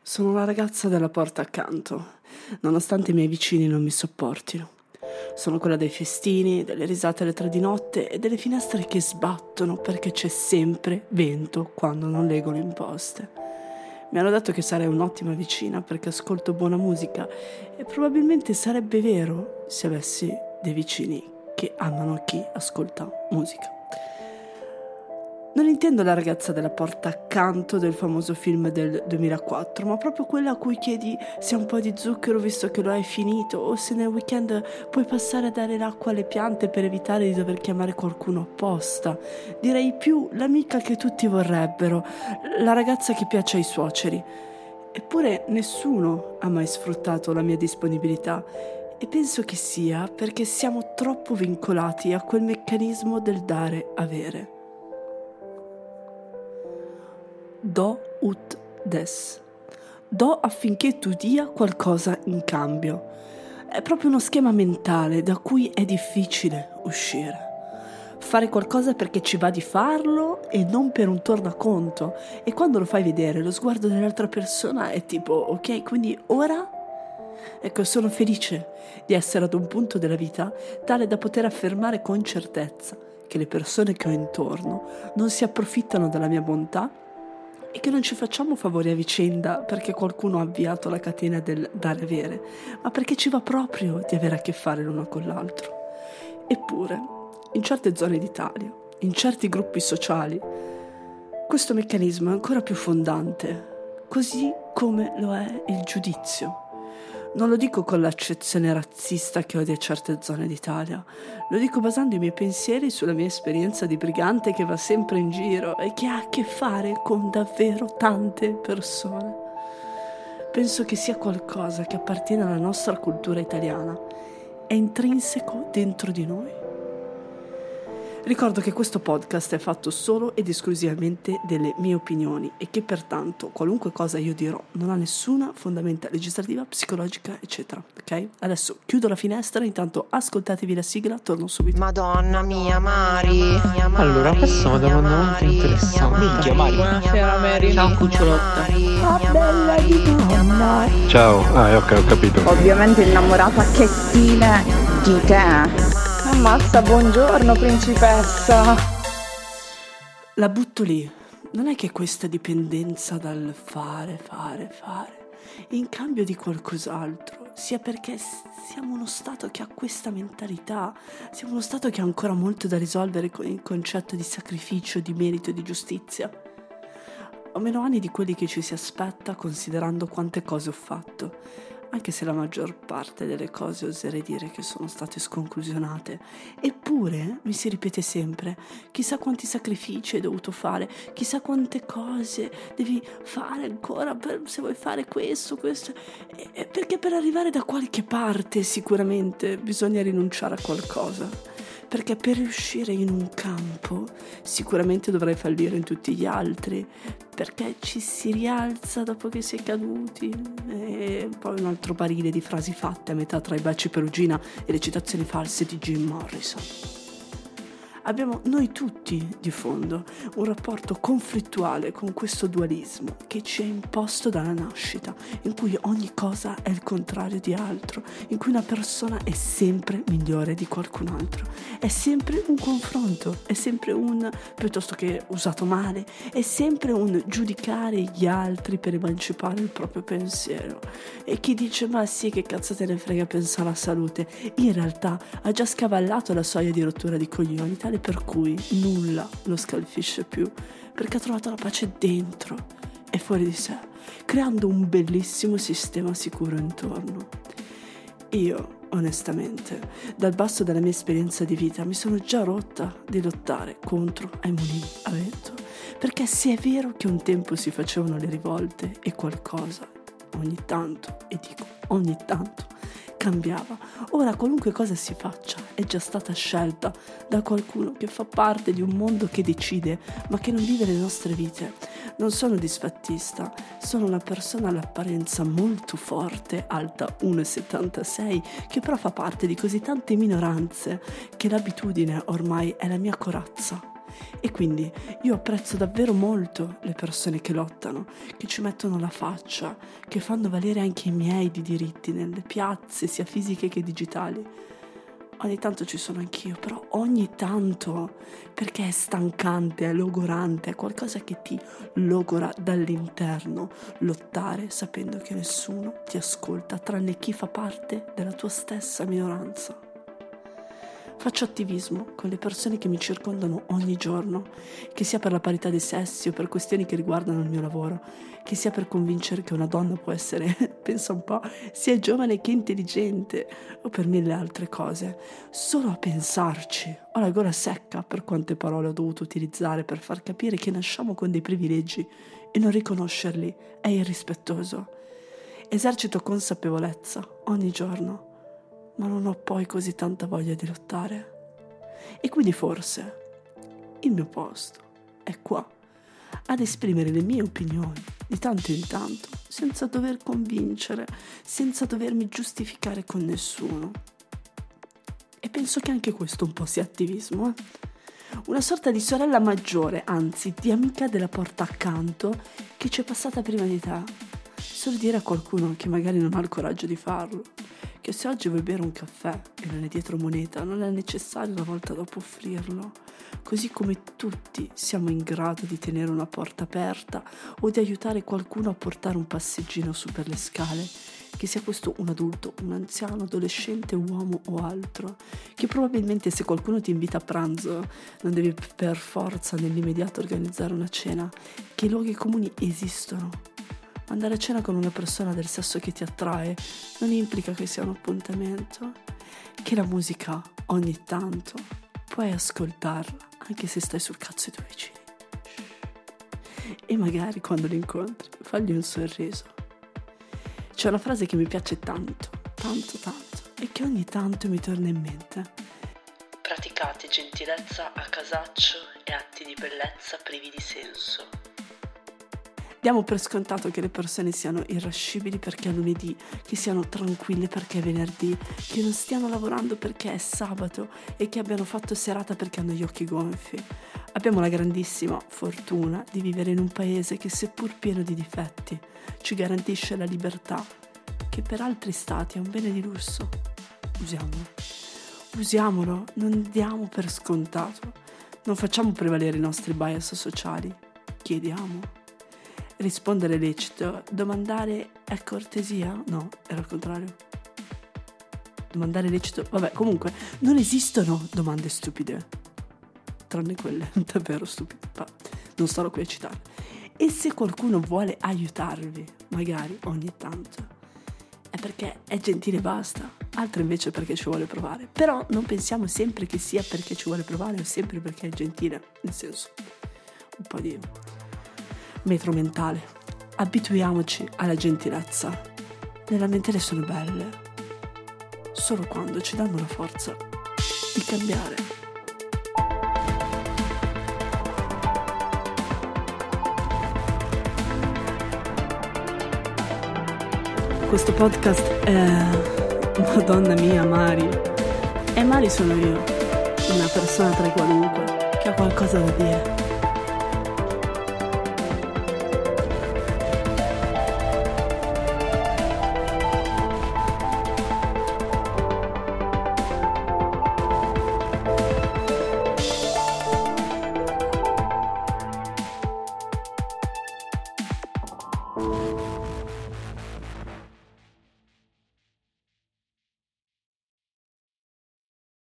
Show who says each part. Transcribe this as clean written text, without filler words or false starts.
Speaker 1: Sono la ragazza della porta accanto, nonostante i miei vicini non mi sopportino. Sono quella dei festini, delle risate alle 3 di notte e delle finestre che sbattono perché c'è sempre vento quando non leggo le imposte. Mi hanno detto che sarei un'ottima vicina perché ascolto buona musica e probabilmente sarebbe vero se avessi dei vicini che amano chi ascolta musica. Non intendo la ragazza della porta accanto del famoso film del 2004, ma proprio quella a cui chiedi se ha un po' di zucchero visto che lo hai finito o se nel weekend puoi passare a dare l'acqua alle piante per evitare di dover chiamare qualcuno apposta. Direi più l'amica che tutti vorrebbero, la ragazza che piace ai suoceri. Eppure nessuno ha mai sfruttato la mia disponibilità e penso che sia perché siamo troppo vincolati a quel meccanismo del dare-avere. Do ut des. Do affinché tu dia qualcosa in cambio. È proprio uno schema mentale da cui è difficile uscire. Fare qualcosa perché ci va di farlo e non per un tornaconto. E quando lo fai vedere, lo sguardo dell'altra persona è tipo, ok, quindi ora? Ecco, sono felice di essere ad un punto della vita tale da poter affermare con certezza che le persone che ho intorno non si approfittano della mia bontà e che non ci facciamo favori a vicenda perché qualcuno ha avviato la catena del dare-avere, ma perché ci va proprio di avere a che fare l'uno con l'altro. Eppure, in certe zone d'Italia, in certi gruppi sociali, questo meccanismo è ancora più fondante, così come lo è il giudizio. Non lo dico con l'accezione razzista che odia certe zone d'Italia, lo dico basando i miei pensieri sulla mia esperienza di brigante che va sempre in giro e che ha a che fare con davvero tante persone. Penso che sia qualcosa che appartiene alla nostra cultura italiana, è intrinseco dentro di noi. Ricordo che questo podcast è fatto solo ed esclusivamente delle mie opinioni e che pertanto qualunque cosa io dirò non ha nessuna fondamenta legislativa, psicologica, eccetera, ok? Adesso chiudo la finestra, intanto ascoltatevi la sigla, torno subito.
Speaker 2: Madonna mia, Mari.
Speaker 3: Allora, questa è una domanda molto interessante.
Speaker 2: Minchia, Mari.
Speaker 4: Buonasera Mary.
Speaker 2: Ciao cucciolotta.
Speaker 4: Bella di donna.
Speaker 3: Ciao, ok, ho capito.
Speaker 4: Ovviamente innamorata che stile di te. Ammazza, buongiorno principessa.
Speaker 1: La butto lì. Non è che questa dipendenza dal fare in cambio di qualcos'altro sia perché siamo uno Stato che ha questa mentalità, siamo uno Stato che ha ancora molto da risolvere con il concetto di sacrificio, di merito e di giustizia. Ho meno anni di quelli che ci si aspetta considerando quante cose ho fatto, anche se la maggior parte delle cose oserei dire che sono state sconclusionate. Eppure mi si ripete sempre, chissà quanti sacrifici hai dovuto fare, chissà quante cose devi fare ancora se vuoi fare questo, perché per arrivare da qualche parte sicuramente bisogna rinunciare a qualcosa. Perché per riuscire in un campo sicuramente dovrai fallire in tutti gli altri, perché ci si rialza dopo che si è caduti. E poi un altro barile di frasi fatte a metà tra i baci perugina e le citazioni false di Jim Morrison. Abbiamo noi tutti di fondo un rapporto conflittuale con questo dualismo che ci è imposto dalla nascita, in cui ogni cosa è il contrario di altro, in cui una persona è sempre migliore di qualcun altro, è sempre un confronto, è sempre un, piuttosto che usato male, è sempre un giudicare gli altri per emancipare il proprio pensiero. E chi dice ma sì, che cazzo te ne frega, pensa alla salute, in realtà ha già scavallato la soglia di rottura di coglioni, tale per cui nulla lo scalfisce più, perché ha trovato la pace dentro e fuori di sé, creando un bellissimo sistema sicuro intorno. Io, onestamente, dal basso della mia esperienza di vita mi sono già rotta di lottare contro ai mulini a vento, perché se è vero che un tempo si facevano le rivolte e qualcosa ogni tanto, e dico ogni tanto, cambiava. Ora qualunque cosa si faccia è già stata scelta da qualcuno che fa parte di un mondo che decide, ma che non vive le nostre vite. Non sono disfattista, sono una persona all'apparenza molto forte, alta 1,76, che però fa parte di così tante minoranze che l'abitudine ormai è la mia corazza. E quindi io apprezzo davvero molto le persone che lottano, che ci mettono la faccia, che fanno valere anche i miei di diritti nelle piazze, sia fisiche che digitali. Ogni tanto ci sono anch'io, però ogni tanto, perché è stancante, è logorante, è qualcosa che ti logora dall'interno, lottare sapendo che nessuno ti ascolta, tranne chi fa parte della tua stessa minoranza. Faccio attivismo con le persone che mi circondano ogni giorno, che sia per la parità dei sessi o per questioni che riguardano il mio lavoro, che sia per convincere che una donna può essere, pensa un po', sia giovane che intelligente o per mille altre cose. Solo a pensarci ho la gola secca per quante parole ho dovuto utilizzare per far capire che nasciamo con dei privilegi e non riconoscerli è irrispettoso. Esercito consapevolezza ogni giorno, ma non ho poi così tanta voglia di lottare. E quindi forse il mio posto è qua, ad esprimere le mie opinioni di tanto in tanto, senza dover convincere, senza dovermi giustificare con nessuno. E penso che anche questo un po' sia attivismo, Una sorta di sorella maggiore, anzi di amica della porta accanto, che ci è passata prima di te. Solo dire a qualcuno che magari non ha il coraggio di farlo, che se oggi vuoi bere un caffè e non è dietro moneta, non è necessario una volta dopo offrirlo, così come tutti siamo in grado di tenere una porta aperta o di aiutare qualcuno a portare un passeggino su per le scale, che sia questo un adulto, un anziano, adolescente, uomo o altro, che probabilmente se qualcuno ti invita a pranzo non devi per forza nell'immediato organizzare una cena, che i luoghi comuni esistono. Andare a cena con una persona del sesso che ti attrae non implica che sia un appuntamento, che la musica ogni tanto puoi ascoltarla anche se stai sul cazzo ai tuoi vicini. E magari quando li incontri fagli un sorriso. C'è una frase che mi piace tanto e che ogni tanto mi torna in mente. Praticate gentilezza a casaccio e atti di bellezza privi di senso. Diamo per scontato che le persone siano irascibili perché è lunedì, che siano tranquille perché è venerdì, che non stiano lavorando perché è sabato e che abbiano fatto serata perché hanno gli occhi gonfi. Abbiamo la grandissima fortuna di vivere in un paese che, seppur pieno di difetti, ci garantisce la libertà, che per altri stati è un bene di lusso. Usiamolo, non diamo per scontato, non facciamo prevalere i nostri bias sociali, chiediamo. Rispondere è lecito, domandare è cortesia? No, era il contrario. Domandare è lecito, vabbè, comunque, non esistono domande stupide, tranne quelle davvero stupide, ma non starò qui a citare. E se qualcuno vuole aiutarvi, magari ogni tanto, è perché è gentile e basta, altro invece perché ci vuole provare. Però non pensiamo sempre che sia perché ci vuole provare o sempre perché è gentile, nel senso, un po' di metro mentale. Abituiamoci alla gentilezza. Le lamentele sono belle solo quando ci danno la forza di cambiare. Questo podcast è Madonna mia, Mari. E Mari sono io, una persona tra i qualunque che ha qualcosa da dire.